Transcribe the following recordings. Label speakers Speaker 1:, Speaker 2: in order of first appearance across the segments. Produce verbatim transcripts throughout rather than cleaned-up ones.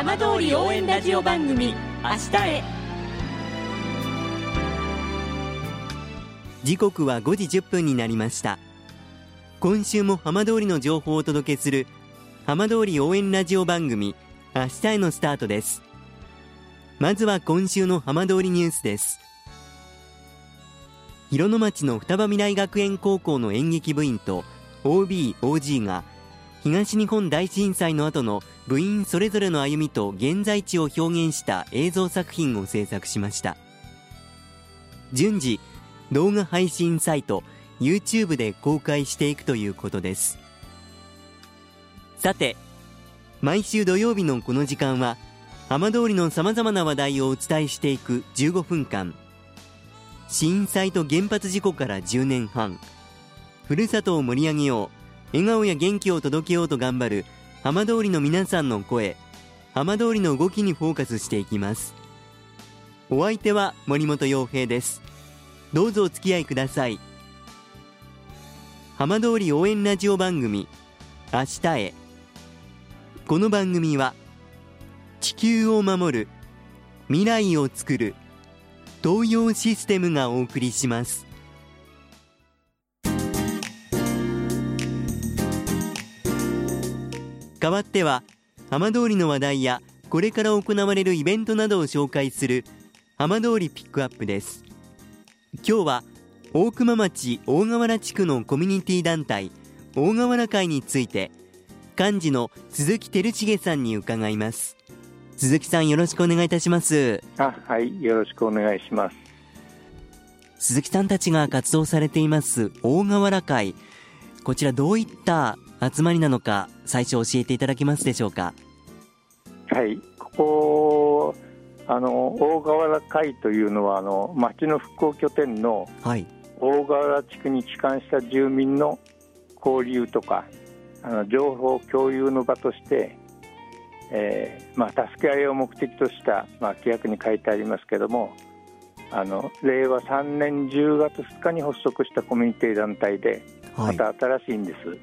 Speaker 1: 浜通り応援ラジオ番組明日へ。
Speaker 2: 時刻はごじじゅっぷんになりました。今週も浜通りの情報をお届けする浜通り応援ラジオ番組明日へのスタートです。まずは今週の浜通りニュースです。広野町の双葉未来学園高校の演劇部員と オービー、オージー が東日本大震災の後の部員それぞれの歩みと現在地を表現した映像作品を制作しました。順次動画配信サイト YouTube で公開していくということです。さて、毎週土曜日のこの時間は浜通りのさまざまな話題をお伝えしていくじゅうごふんかん。震災と原発事故からじゅうねんはん、ふるさとを盛り上げよう、笑顔や元気を届けようと頑張る浜通りの皆さんの声、浜通りの動きにフォーカスしていきます。お相手は森本洋平です。どうぞお付き合いください。浜通り応援ラジオ番組明日へ。この番組は地球を守る、未来をつくる東洋システムがお送りします。代わっては浜通りの話題やこれから行われるイベントなどを紹介する浜通りピックアップです。今日は大熊町大河原地区のコミュニティ団体大河原会について幹事の鈴木照重さんに伺います。鈴木さん、よろしくお願いいたします。
Speaker 3: あ、はい、よろしくお願いします。
Speaker 2: 鈴木さんたちが活動されています大河原会、こちらどういった集まりなのか最初教えていただけますでしょうか。
Speaker 3: はい、ここあの大河原会というのはあの町の復興拠点の大河原地区に帰還した住民の交流とかあの情報共有の場として、えーまあ、助け合いを目的とした、まあ、規約に書いてありますけども、あのれいわさんねんじゅうがつふつかに発足したコミュニティ団体でまた新しいんです、はい、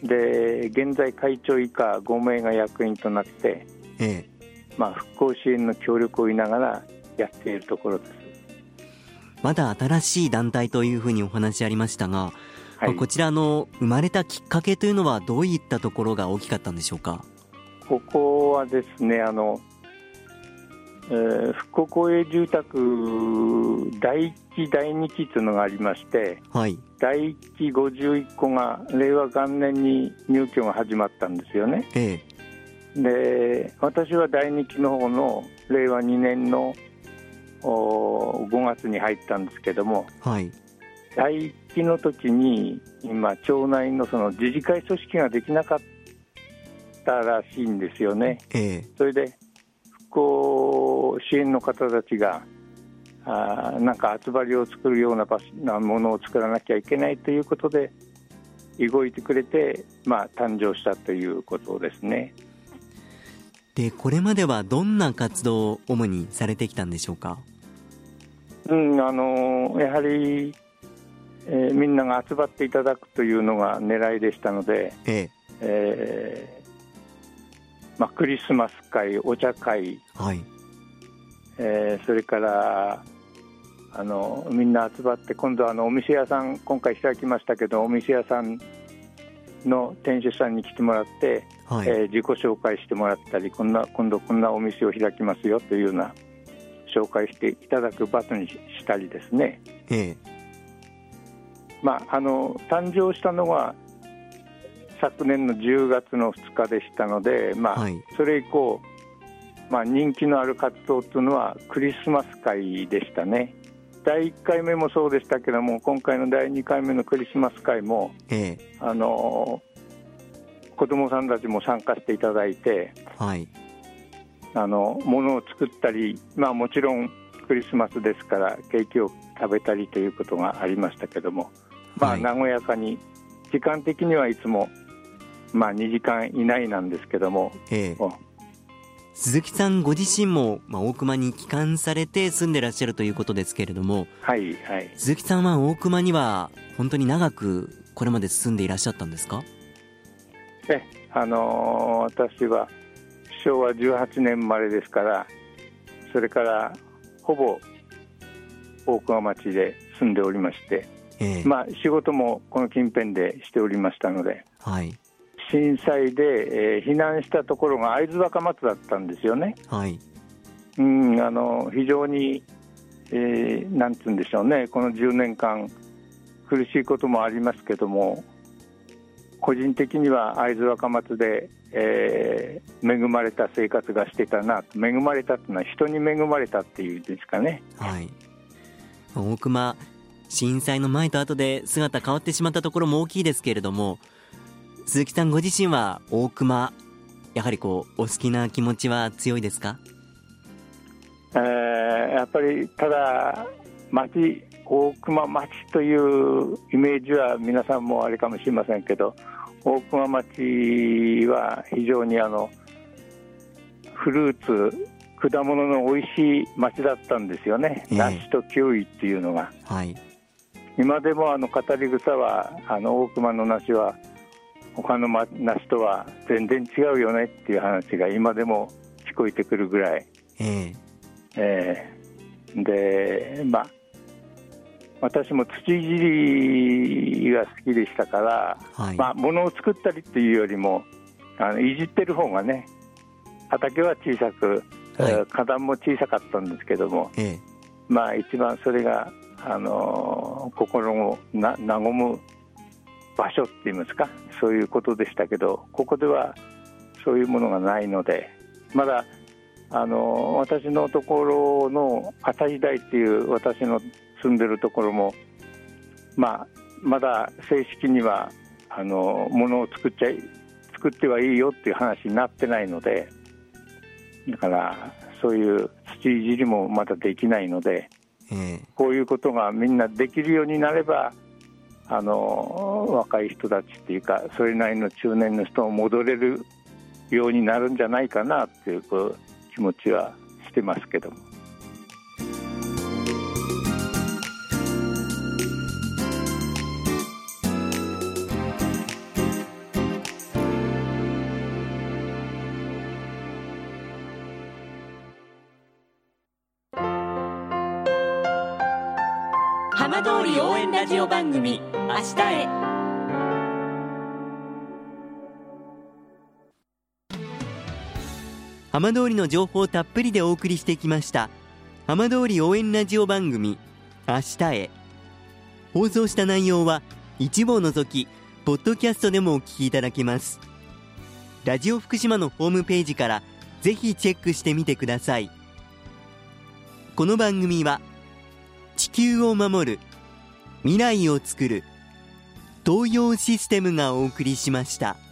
Speaker 3: で現在会長以下ごめいが役員となって、ええまあ、復興支援の協力を得ながらやっているところです。
Speaker 2: まだ新しい団体というふうにお話ありましたが、はい、こちらの生まれたきっかけというのはどういったところが大きかったんでしょうか。
Speaker 3: ここはですね、あの、えー、復興公営住宅だいいちだいに期というのがありまして、はい、だいいちごじゅういっこがれいわがんねんに入居が始まったんですよね、ええ、で私はだいに期の方のれいわにねんのごがつに入ったんですけども、はい、だいいち期の時に今町内のその自治会組織ができなかったらしいんですよね、ええ、それで復興支援の方たちがあなんか集まりを作るような場所なものを作らなきゃいけないということで動いてくれて、まあ、誕生したということですね。
Speaker 2: でこれまではどんな活動を主にされてきたんでしょうか。
Speaker 3: うん、あのやはり、えー、みんなが集まっていただくというのが狙いでしたので、えええーまあ、クリスマス会、お茶会、はいえー、それからあのみんな集まって今度あのお店屋さん今回開きましたけどお店屋さんの店主さんに来てもらって、はいえー、自己紹介してもらったりこんな今度こんなお店を開きますよというような紹介していただく場にしたりですね、ええまあ、あの誕生したのは昨年のじゅうがつのふつかでしたので、まあはい、それ以降、まあ、人気のある活動というのはクリスマス会でしたね。だいいっかいめもそうでしたけども今回のだいにかいめのクリスマス会も、ええ、あの子どもさんたちも参加していただいて、はい、あの物を作ったり、まあ、もちろんクリスマスですからケーキを食べたりということがありましたけども、まあ、和やかに時間的にはいつも、まあ、にじかん以内なんですけども、ええ、
Speaker 2: 鈴木さんご自身も、まあ、大熊に帰還されて住んでらっしゃるということですけれども、はいはい、鈴木さんは大熊には本当に長くこれまで住んでいらっしゃったんですか。
Speaker 3: えあのー、私はしょうわじゅうはちねん生まれですから、それからほぼ大熊町で住んでおりまして、えーまあ、仕事もこの近辺でしておりましたので、はい、震災で、えー、避難したところが会津若松だったんですよね。はい、うんあの非常に、えー、なんて言うんでしょうね、このじゅうねんかん苦しいこともありますけども、個人的には会津若松で、えー、恵まれた生活がしてたなと。恵まれたというのは人に恵まれたっていうんですかね。はい、
Speaker 2: 大熊震災の前と後で姿変わってしまったところも大きいですけれども、鈴木さんご自身は大熊やはりこうお好きな気持ちは強いですか？
Speaker 3: えー、やっぱりただ町大熊町というイメージは皆さんもあれかもしれませんけど、大熊町は非常にあのフルーツ果物の美味しい町だったんですよね、えー、梨とキウイっていうのが、はい、今でもあの語り草はあの大熊の梨は他の梨とは全然違うよねっていう話が今でも聞こえてくるぐらい、えーえー、でまあ私も土いじりが好きでしたから、はい、まあ、物を作ったりっていうよりもあのいじってる方がね、畑は小さく、はい、花壇も小さかったんですけども、ええ、まあ一番それが、あのー、心をな和む場所っていいますか、そういうことでしたけど、ここではそういうものがないので、まだ、あのー、私のところの朝日台っていう私の住んでるところも、まあ、まだ正式にはあの物を作っちゃい作ってはいいよっていう話になってないので、だからそういう土いじりもまだできないので、えー、こういうことがみんなできるようになれば、あの若い人たちっていうかそれなりの中年の人も戻れるようになるんじゃないかなっていう、こう気持ちはしてますけども。
Speaker 1: 浜通り応援ラジオ番組明日へ。
Speaker 2: 浜通りの情報をたっぷりでお送りしてきました浜通り応援ラジオ番組明日へ。放送した内容は一部を除きポッドキャストでもお聞きいただけます。ラジオ福島のホームページからぜひチェックしてみてください。この番組は地球を守る未来をつくる東洋システムがお送りしました。